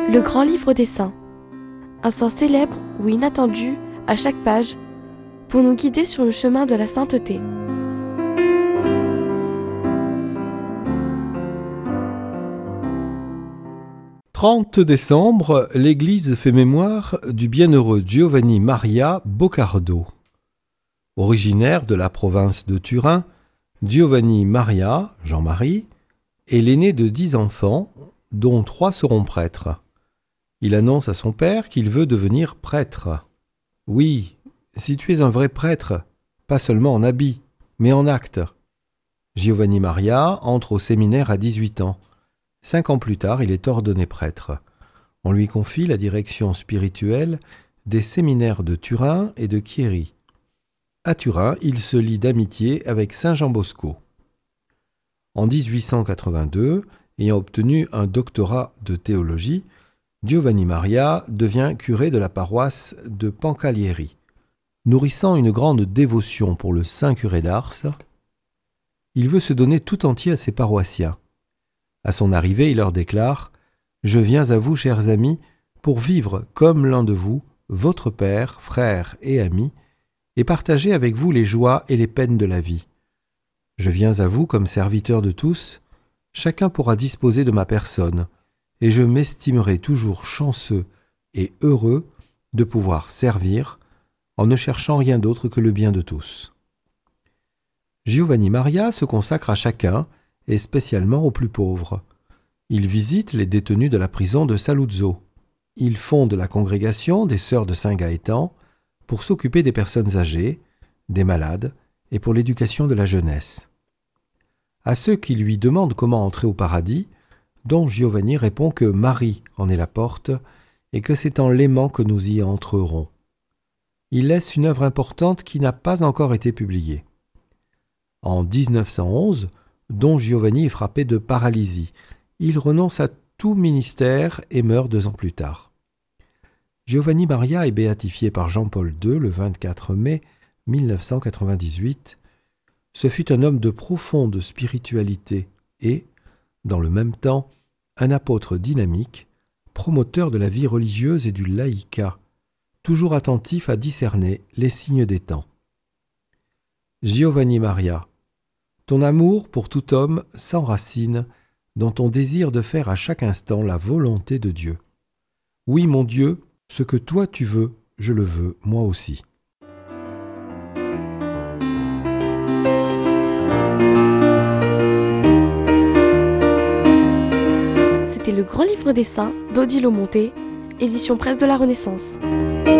Le grand livre des saints. Un saint célèbre ou inattendu à chaque page pour nous guider sur le chemin de la sainteté. « 30 décembre, l'Église fait mémoire du bienheureux Giovanni Maria Boccardo. Originaire de la province de Turin, Giovanni Maria, Jean-Marie, est l'aîné de 10 enfants, dont 3 seront prêtres. Il annonce à son père qu'il veut devenir prêtre. « Oui, si tu es un vrai prêtre, pas seulement en habit, mais en acte. » Giovanni Maria entre au séminaire à 18 ans. 5 ans plus tard, il est ordonné prêtre. On lui confie la direction spirituelle des séminaires de Turin et de Chieri. À Turin, il se lie d'amitié avec saint Jean Bosco. En 1882, ayant obtenu un doctorat de théologie, Giovanni Maria devient curé de la paroisse de Pancalieri. Nourrissant une grande dévotion pour le saint curé d'Ars, il veut se donner tout entier à ses paroissiens. À son arrivée, il leur déclare « Je viens à vous, chers amis, pour vivre comme l'un de vous, votre père, frère et ami, et partager avec vous les joies et les peines de la vie. Je viens à vous comme serviteur de tous, chacun pourra disposer de ma personne, et je m'estimerai toujours chanceux et heureux de pouvoir servir en ne cherchant rien d'autre que le bien de tous. » Giovanni Maria se consacre à chacun et spécialement aux plus pauvres. Il visite les détenus de la prison de Saluzzo. Il fonde la congrégation des Sœurs de Saint-Gaëtan pour s'occuper des personnes âgées, des malades et pour l'éducation de la jeunesse. À ceux qui lui demandent comment entrer au paradis, Don Giovanni répond que Marie en est la porte et que c'est en l'aimant que nous y entrerons. Il laisse une œuvre importante qui n'a pas encore été publiée. En 1911, Don Giovanni est frappé de paralysie. Il renonce à tout ministère et meurt 2 ans plus tard. Giovanni Maria est béatifié par Jean-Paul II le 24 mai 1998. Ce fut un homme de profonde spiritualité et, dans le même temps, un apôtre dynamique, promoteur de la vie religieuse et du laïcat, toujours attentif à discerner les signes des temps. Giovanni Maria, ton amour pour tout homme s'enracine dans ton désir de faire à chaque instant la volonté de Dieu. Oui, mon Dieu, ce que toi tu veux, je le veux, moi aussi. C'était le grand livre des saints d'Odile Monté, édition Presse de la Renaissance.